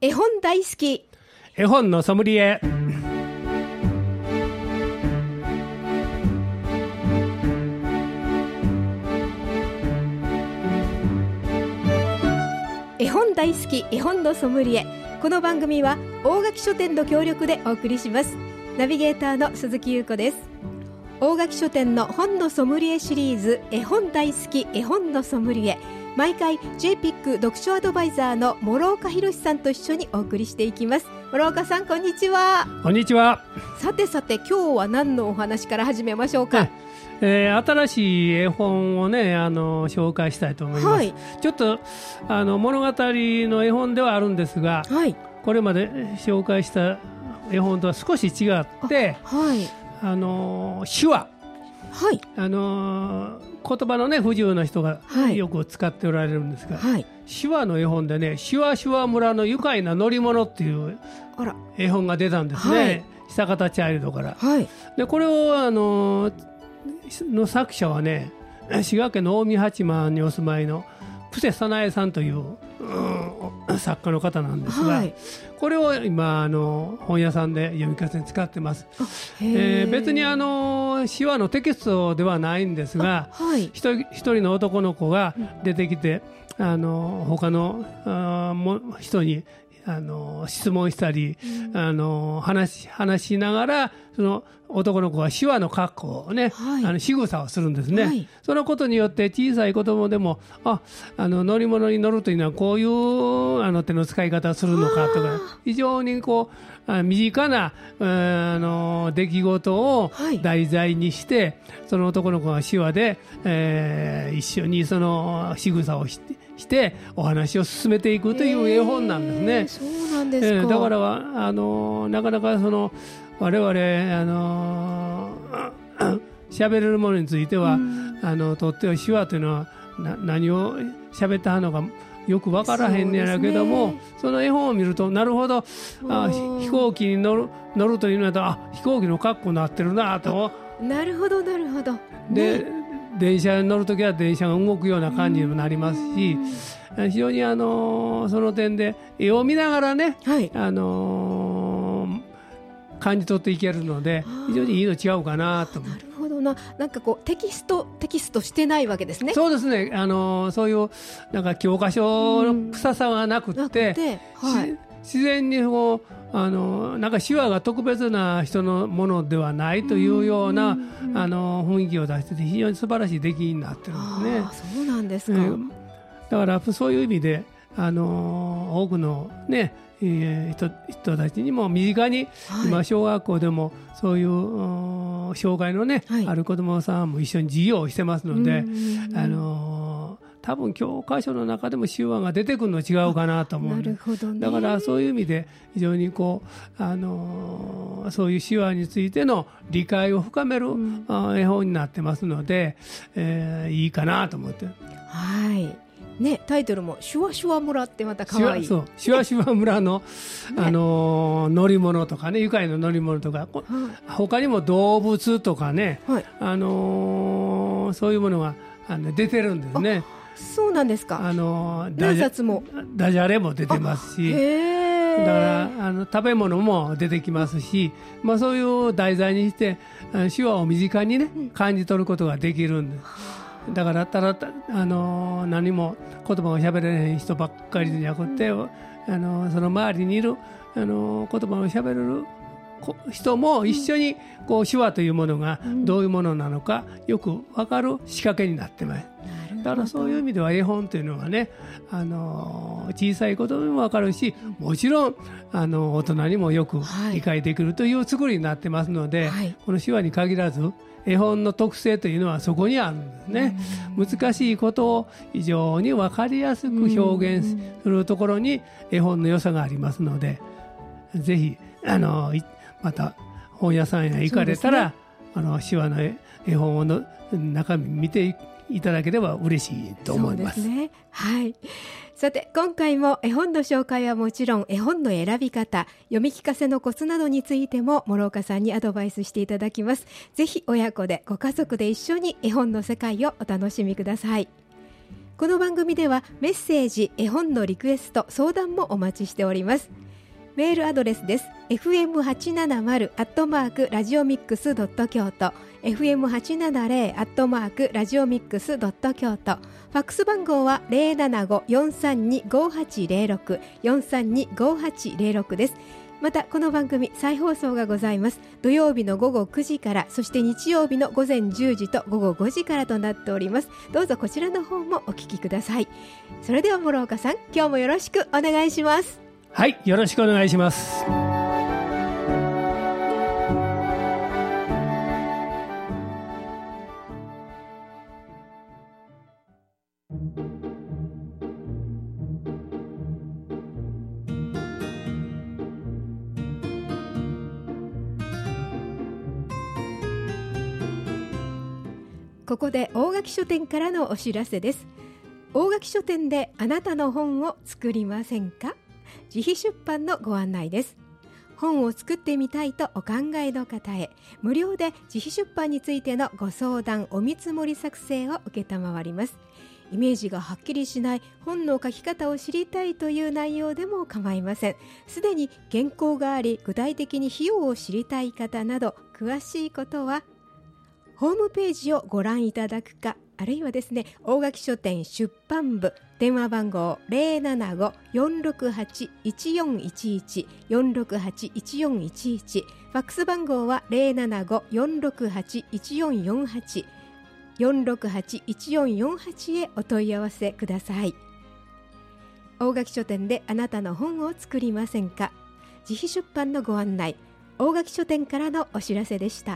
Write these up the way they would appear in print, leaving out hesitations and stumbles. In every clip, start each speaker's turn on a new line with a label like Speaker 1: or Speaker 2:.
Speaker 1: 絵本大好き、
Speaker 2: 絵本のソムリエ。
Speaker 1: 絵本大好き、絵本のソムリエ。この番組は大垣書店の協力でお送りします。ナビゲーターの鈴木優子です。大垣書店の本のソムリエシリーズ、絵本大好き、絵本のソムリエ。毎回 JPIC 読書アドバイザーの諸岡博さんと一緒にお送りしていきます。諸岡さん、こんにちは。
Speaker 2: こんにちは。
Speaker 1: さて今日は何のお話から始めましょうか。
Speaker 2: 新しい絵本をね、紹介したいと思います。はい、ちょっと物語の絵本ではあるんですが、はい、これまで紹介した絵本とは少し違って、はい、手話、はい、言葉のね不自由な人がよく使っておられるんですが、はい、手話の絵本でね、シュワシュワ村の愉快な乗り物っていう絵本が出たんですね。はい、久方チャイルドから。はい、でこれをの作者はね、滋賀県の近江八幡にお住まいの布施早苗さんという、作家の方なんですが、はい、これを今本屋さんで読み聞かせに使ってます。別に手話のテキストではないんですが、はい、一人の男の子が出てきて、他の人に質問したり、話しながら、その男の子は手話の格好をね、はい、仕草をするんですね。はい、そのことによって小さい子供でも、乗り物に乗るというのはこういう手の使い方をするのかとか、非常に身近な出来事を題材にして、はい、その男の子が手話で、一緒にその仕草をしてお話を進めていくという絵本なんですね。
Speaker 1: そうなんですか。
Speaker 2: だからなかなか我々喋れるものについては、とっては手話というのは何を喋ったのかよく分からへんねやけども、 その絵本を見るとなるほど、飛行機に乗るというのは飛行機の格好になってるなと。
Speaker 1: なるほどなるほど。
Speaker 2: で、電車に乗るときは電車が動くような感じにもなりますし、非常にその点で絵を見ながらね、はい、感じ取っていけるので、非常にいいの違うかなと思う。
Speaker 1: なるほどな。なんかテキストしてないわけですね。
Speaker 2: そうですね。そういうなんか教科書の臭さがなくって、はい、自然になんか手話が特別な人のものではないというような雰囲気を出してて、非常に素晴らしい出来になってるんですね。
Speaker 1: そうなんですか。
Speaker 2: だからそういう意味で多くのね、人たちにも身近に、はい、今小学校でもそういう障害のね、はい、ある子どもさんも一緒に授業をしてますので、多分教科書の中でも手話が出てくるの違うかなと思う。
Speaker 1: なるほどね。
Speaker 2: だからそういう意味で非常にそういう手話についての理解を深める、絵本になってますので、いいかなと思って。はい
Speaker 1: ね、タイトルもシュワシュワ村ってまた可愛い。
Speaker 2: そう、シュワシュワ村の、乗り物とかね、愉快な乗り物とか、他にも動物とかね、はい、そういうものが出てるんですね。
Speaker 1: そうなんですか。何冊も
Speaker 2: ダジャレも出てますし、だから食べ物も出てきますし、そういう題材にして手話を身近にね、感じ取ることができるんです。だから何も言葉を喋れない人ばっかりじゃなくて、その周りにいる言葉を喋れる人も一緒に手話というものがどういうものなのかよく分かる仕掛けになってます。だからそういう意味では絵本というのはね、小さい子供にも分かるし、もちろん大人にもよく理解できるという作りになってますので、はい、この手話に限らず絵本の特性というのはそこにあるんですね。難しいことを非常に分かりやすく表現するところに絵本の良さがありますので、ぜひまた本屋さんへ行かれたら、手話の絵本の中身見ていただければ嬉しいと思います。
Speaker 1: そうですね。はい。さて今回も絵本の紹介はもちろん、絵本の選び方、読み聞かせのコツなどについても諸岡さんにアドバイスしていただきます。ぜひ親子でご家族で一緒に絵本の世界をお楽しみください。 この番組ではメッセージ、絵本のリクエスト、相談もお待ちしております。メールアドレスです。 fm870@radiomix.kyoto fm870@radiomix.kyoto。 ファックス番号は 075-432-5806 432-5806 です。またこの番組再放送がございます。土曜日の午後9時から、そして日曜日の午前10時と午後5時からとなっております。どうぞこちらの方もお聞きください。それでは諸岡さん、今日もよろしくお願いします。
Speaker 2: はい、よろしくお願いします。
Speaker 1: ここで大垣書店からのお知らせです。大垣書店であなたの本を作りませんか？自費出版のご案内です。本を作ってみたいとお考えの方へ、無料で自費出版についてのご相談、お見積もり作成を承ります。イメージがはっきりしない、本の書き方を知りたいという内容でも構いません。すでに原稿があり、具体的に費用を知りたい方など、詳しいことはホームページをご覧いただくか、あるいはですね、大垣書店出版部電話番号 075-468-1411 468-1411、ファックス番号は 075-468-1448 468-1448 へお問い合わせください。大垣書店であなたの本を作りませんか？自費出版のご案内、大垣書店からのお知らせでした。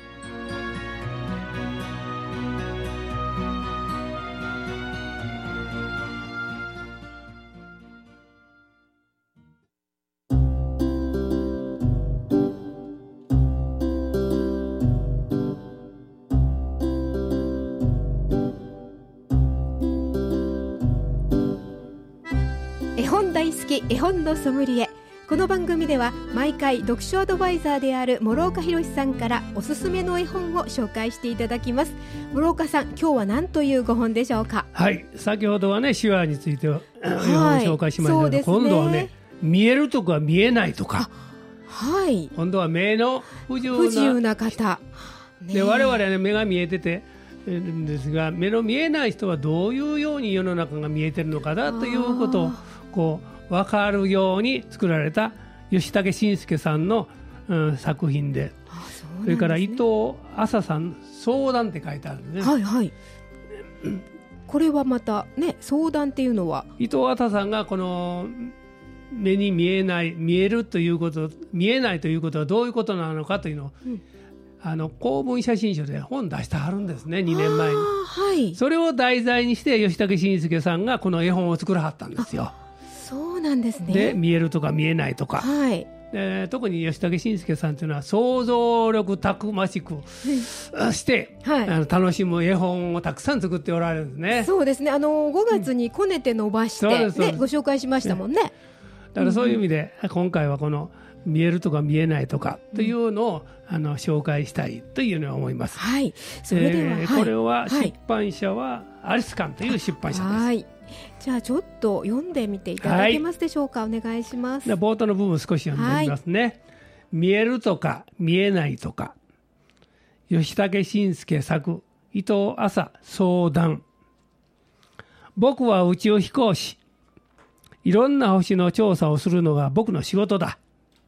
Speaker 1: 絵本大好き、絵本のソムリエ。この番組では毎回読書アドバイザーである諸岡博さんからおすすめの絵本を紹介していただきます。諸岡さん、今日は何というご本でしょうか？
Speaker 2: はい、先ほどはね、手話について絵本を紹介しましたけど、今度はね、見えるとか見えないとか、
Speaker 1: はい、
Speaker 2: 今度は目の不自由な
Speaker 1: 方、
Speaker 2: で我々は、ね、目が見えててんですが、目の見えない人はどういうように世の中が見えてるのかだということをこう分かるように作られた吉武慎介さんの、作品で、それから伊藤麻さん相談って書いてあるんですね。
Speaker 1: はいはい、これはまたね、相談っていうのは
Speaker 2: 伊藤麻さんがこの目に見えない、見えるということ、見えないということはどういうことなのかというのを、公文写真書で本出してはるんですね、2年前に、
Speaker 1: はい、
Speaker 2: それを題材にして吉武慎介さんがこの絵本を作らはったんですよ。
Speaker 1: そうなんですね。
Speaker 2: で、見えるとか見えないとか、
Speaker 1: はい、
Speaker 2: 特に吉武慎介さんというのは想像力たくましくして、はい、楽しむ絵本をたくさん作っておられるんですね。
Speaker 1: そうですね、5月にこねて伸ばして、ご紹介しましたもんね。
Speaker 2: だからそういう意味で、今回はこの見えるとか見えないとかというのを、紹介したいというのを思います。
Speaker 1: はい、それでは、
Speaker 2: これは出版社はアリスカンという出版社です。
Speaker 1: はい、じゃあちょっと読んでみていただけますでしょうか？お願いします。
Speaker 2: 冒頭の部分少し読んでみますね。はい、見えるとか見えないとか、吉武慎介作、伊藤麻相談。僕は宇宙飛行士。いろんな星の調査をするのが僕の仕事だ。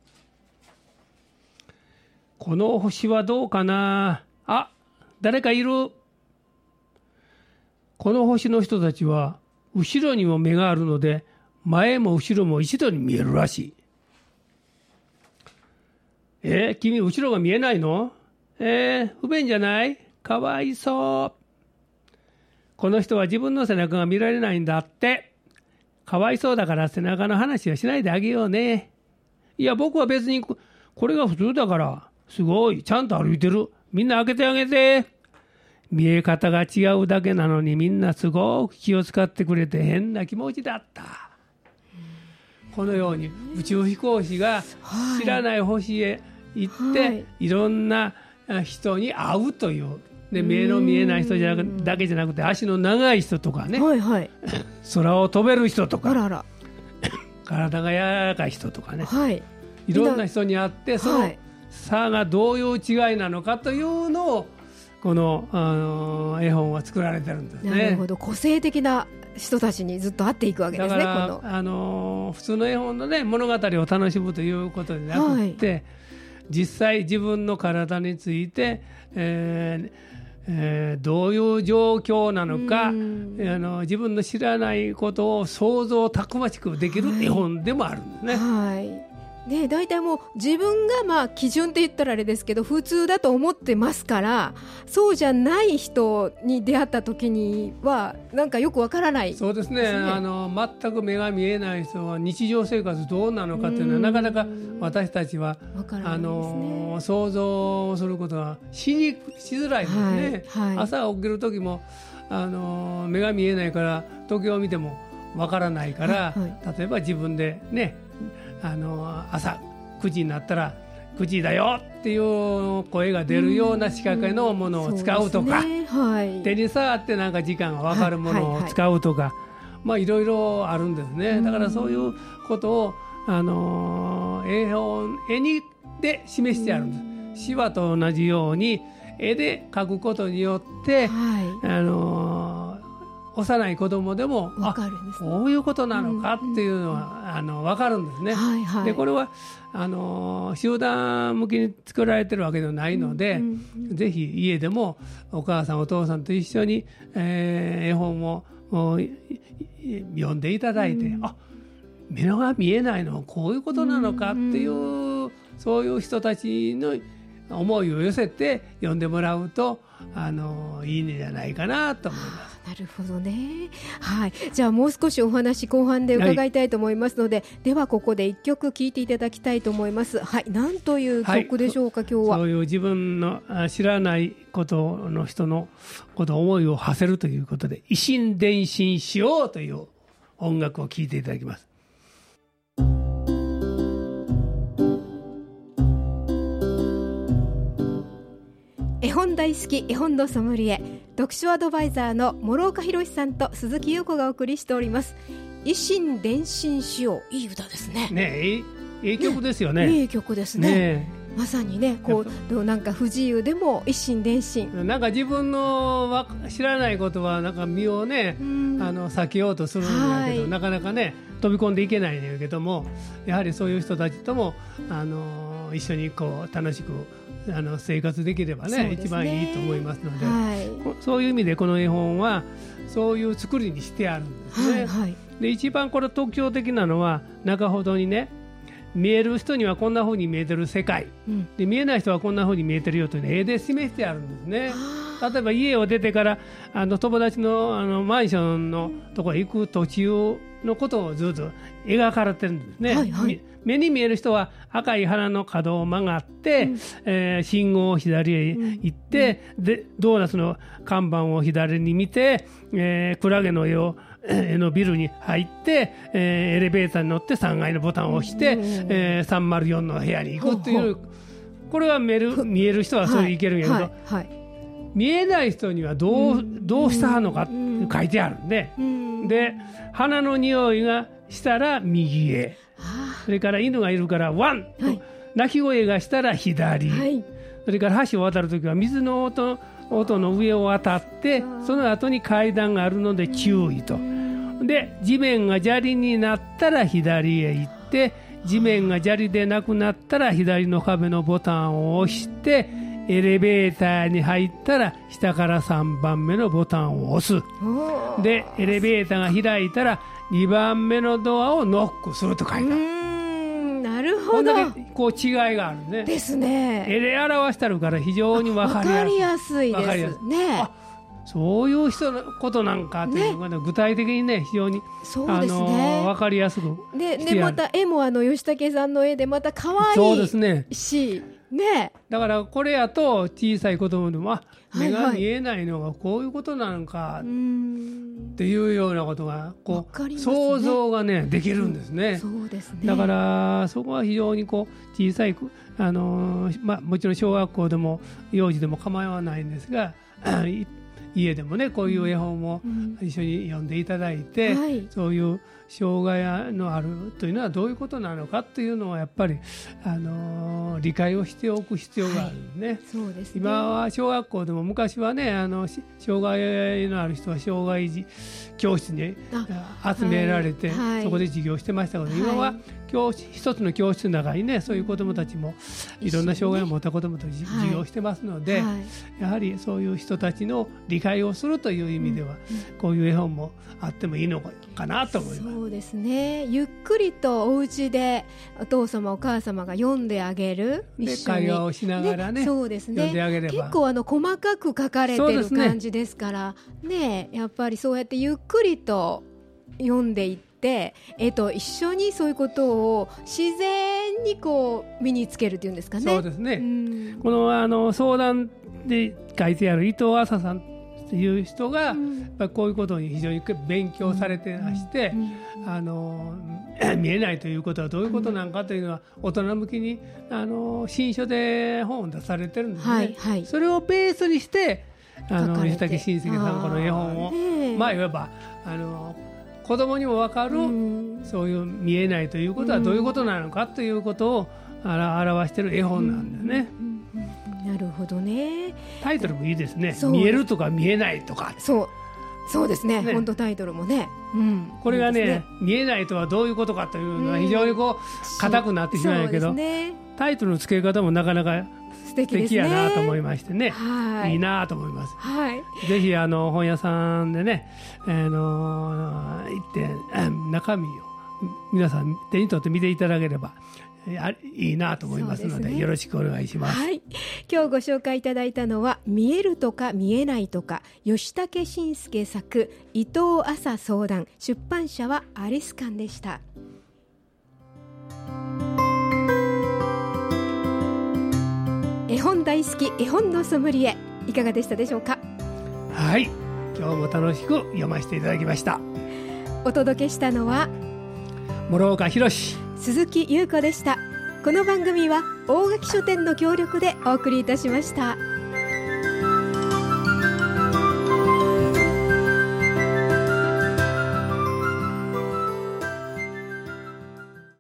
Speaker 2: この星はどうかな？あ、誰かいる。この星の人たちは後ろにも目があるので、前も後ろも一度に見えるらしい。君後ろが見えないの？不便じゃない？かわいそう。この人は自分の背中が見られないんだって。かわいそうだから背中の話はしないであげようね。いや、僕は別にこれが普通だから、すごいちゃんと歩いてる。みんな開けてあげて。見え方が違うだけなのにみんなすごく気を使ってくれて変な気持ちだった。このように宇宙飛行士が知らない星へ行って、いろんな人に会うというで目の見えない人だけじゃなくて足の長い人とかね、
Speaker 1: はいはい、
Speaker 2: 空を飛べる人とか、
Speaker 1: あらら
Speaker 2: 体が柔らかい人とかね、
Speaker 1: はい、
Speaker 2: いろんな人に会ってその差がどういう違いなのかというのをこの、絵本は作られてるんですね。
Speaker 1: なるほど、個性的な人たちにずっと会っていくわけですね。
Speaker 2: だから普通の絵本の、ね、物語を楽しむということでなくて、はい、実際自分の体について、どういう状況なのか、自分の知らないことを想像たくましくできる絵本でもあるんですね。
Speaker 1: はいね、大体もう自分が基準って言ったらあれですけど普通だと思ってますから、そうじゃない人に出会った時にはなんかよくわからないですね。
Speaker 2: そうですね、全く目が見えない人は日常生活どうなのかっていうのはなかなか私たちは想像することがしづらいですね。はいはい、朝起きる時も目が見えないから時計を見てもわからないから、はいはい、例えば自分でね朝9時になったら9時だよっていう声が出るような仕掛けのものを使うとか、ねはい、手に触ってなんか時間が分かるものを使うとか、いろいろあるんですね。だからそういうことを、絵にで示してあるんです。手話と同じように絵で描くことによって、幼い子供でも分かるんです、ね、こういうことなのかっていうのは、分かるんですね。はいはい、でこれは集団向けに作られてるわけではないので、ぜひ家でもお母さんお父さんと一緒に、絵本を読んでいただいて、目が見えないのはこういうことなのかっていう、そういう人たちの思いを寄せて読んでもらうといいんじゃないかなと思います。
Speaker 1: なるほどね、はい、じゃあもう少しお話後半で伺いたいと思いますので、ではここで1曲聴いていただきたいと思います。はい、何という曲でしょうか、今日は。
Speaker 2: そういう自分の知らないことの人のこと思いを馳せるということで、以心伝心しようという音楽を聴いていただきます。
Speaker 1: 絵本大好き絵本のソムリエ、読書アドバイザーの諸岡博さんと鈴木優子がお送りしております。以心伝心しよう、いい歌ですね。
Speaker 2: ねえ、いい曲ですよね。
Speaker 1: いい曲ですね。まさにね、こうなんか不自由でも一心伝心、なんか
Speaker 2: 自分の知らないことはなんか身をね、避けようとするんだけど、なかなかね飛び込んでいけないんだけども、やはりそういう人たちとも一緒にこう楽しく生活できれば ね一番いいと思いますので、そういう意味でこの絵本はそういう作りにしてあるんですね。で一番これ特徴的なのは中ほどにね、見える人にはこんな風に見えてる世界、で見えない人はこんな風に見えてるよという絵で示してあるんですね。例えば家を出てから友達のマンションのところへ行く途中のことをずっと描かれてるんですね。目に見える人は赤い花の角を曲がって、信号を左へ行って、でドーナツの看板を左に見て、クラゲの絵のビルに入って、エレベーターに乗って3階のボタンを押して、304の部屋に行くという、これは見える人はそれいけるんやけど、見えない人にはどうしたのかって書いてあるんで、で花の匂いがしたら右へ、それから犬がいるからワンと、鳴き声がしたら左、それから橋を渡るときは水の音の上を渡って、その後に階段があるので注意と、で地面が砂利になったら左へ行って、地面が砂利でなくなったら左の壁のボタンを押して、エレベーターに入ったら下から3番目のボタンを押す。でエレベーターが開いたら2番目のドアをノックすると書いてある。
Speaker 1: なるほど、
Speaker 2: こう違いがあるね。
Speaker 1: ですね。
Speaker 2: 絵で表してあるから非常に分かりやすい
Speaker 1: ですね。
Speaker 2: そういう人のことなんかっていうのが、ね、具体的にね非常に
Speaker 1: そうですね、
Speaker 2: 分かりやすく
Speaker 1: でまた絵も吉武さんの絵でまた可愛いし、 ね、
Speaker 2: だからこれやと小さい子供でも目が見えないのがこういうことなのかっていうようなことがこう、ね、想像がねできるんですね。
Speaker 1: そうですね。
Speaker 2: だからそこは非常にこう小さいもちろん小学校でも幼児でも構わないんですが家でもねこういう絵本を一緒に読んでいただいて、そういう障害のあるというのはどういうことなのかというのはやっぱり、理解をしておく必要があるんですね。
Speaker 1: そうですね。
Speaker 2: 今は小学校でも昔はね障害のある人は障害児教室に集められて、そこで授業してましたけど、今は一つの教室の中にねそういう子どもたちもいろんな障害を持った子どもたち授業してますので、やはりそういう人たちの理解をするという意味では、こういう絵本もあってもいいのかなと思います。
Speaker 1: そうですね。ゆっくりとお家でお父様お母様が読んであげる、
Speaker 2: で会話をしながらね、
Speaker 1: そうですね、
Speaker 2: 読んであげれば
Speaker 1: 結構細かく書かれてる感じですからね、やっぱりそうやってゆっくりと読んでいって一緒にそういうことを自然にこう身につけるっていうんですかね。
Speaker 2: そうですね、この相談で書いてある伊藤麻さんという人が、やっぱりこういうことに非常に勉強されてまして、見えないということはどういうことなのかというのは大人向きに新書で本を出されてるんですね、それをベースにして吉武信介さんこの絵本をいわば子供にも分かる、そういう見えないということはどういうことなのかということを表している絵本なんですね。
Speaker 1: なるほどね。
Speaker 2: タイトルもいいですね。見えるとか見えないとか。
Speaker 1: そうですね。本当タイトルもね。
Speaker 2: これがね、見えないとはどういうことかというのは非常にこう硬くなってしまうんやけど、タイトルの付け方もなかなか素敵やなと思いましてね、いいなと思います。ぜひ本屋さんでね、行って中身を皆さん手に取って見ていただければいいなと思いますので、よろしくお願いします。
Speaker 1: 今日ご紹介いただいたのは見えるとか見えないとか、吉武信介作、伊藤麻相談、出版社はアリス館でした。絵本大好き絵本のソムリエ、いかがでしたでしょうか。
Speaker 2: はい、今日も楽しく読ませていただきました。
Speaker 1: お届けしたのは
Speaker 2: 諸岡弘、
Speaker 1: 鈴木優子でした。この番組は大垣書店の協力でお送りいたしました。